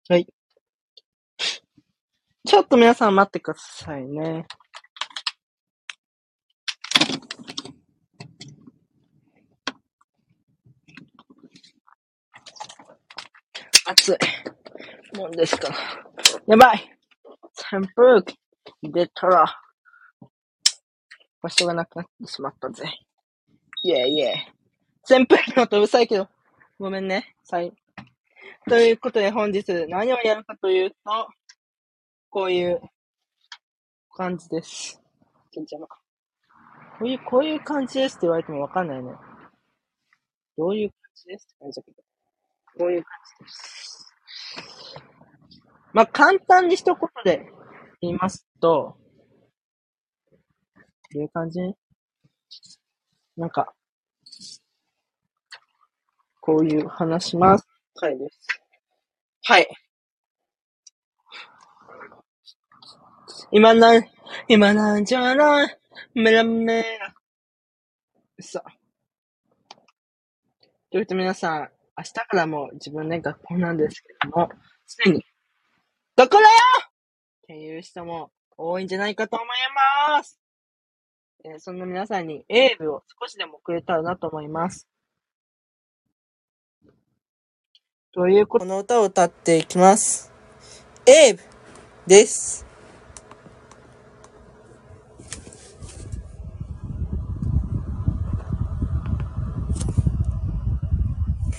はい。ちょっと皆さん待ってくださいね。暑いもんですから。やばい。扇風機出たら場所がなくなってしまったぜ。イェイイェイ。扇風機の音うるさいけど、ごめんね。ということで本日何をやるかというと、こういう感じです。邪魔。こういう感じですって言われてもわかんないね。どういう感じですって感じだけど。こういう感じです。まあ、簡単に一言で言いますと、こういう感じなんか、こういう話します。はいです。はい。今なんじゃない、メラメラ。さあ。というと皆さん、明日からもう自分ね、学校なんですけども、すでに、学校だよっていう人も多いんじゃないかと思います。そんな皆さんにエールを少しでもくれたらなと思います。ということで、この歌を歌っていきます。エールです。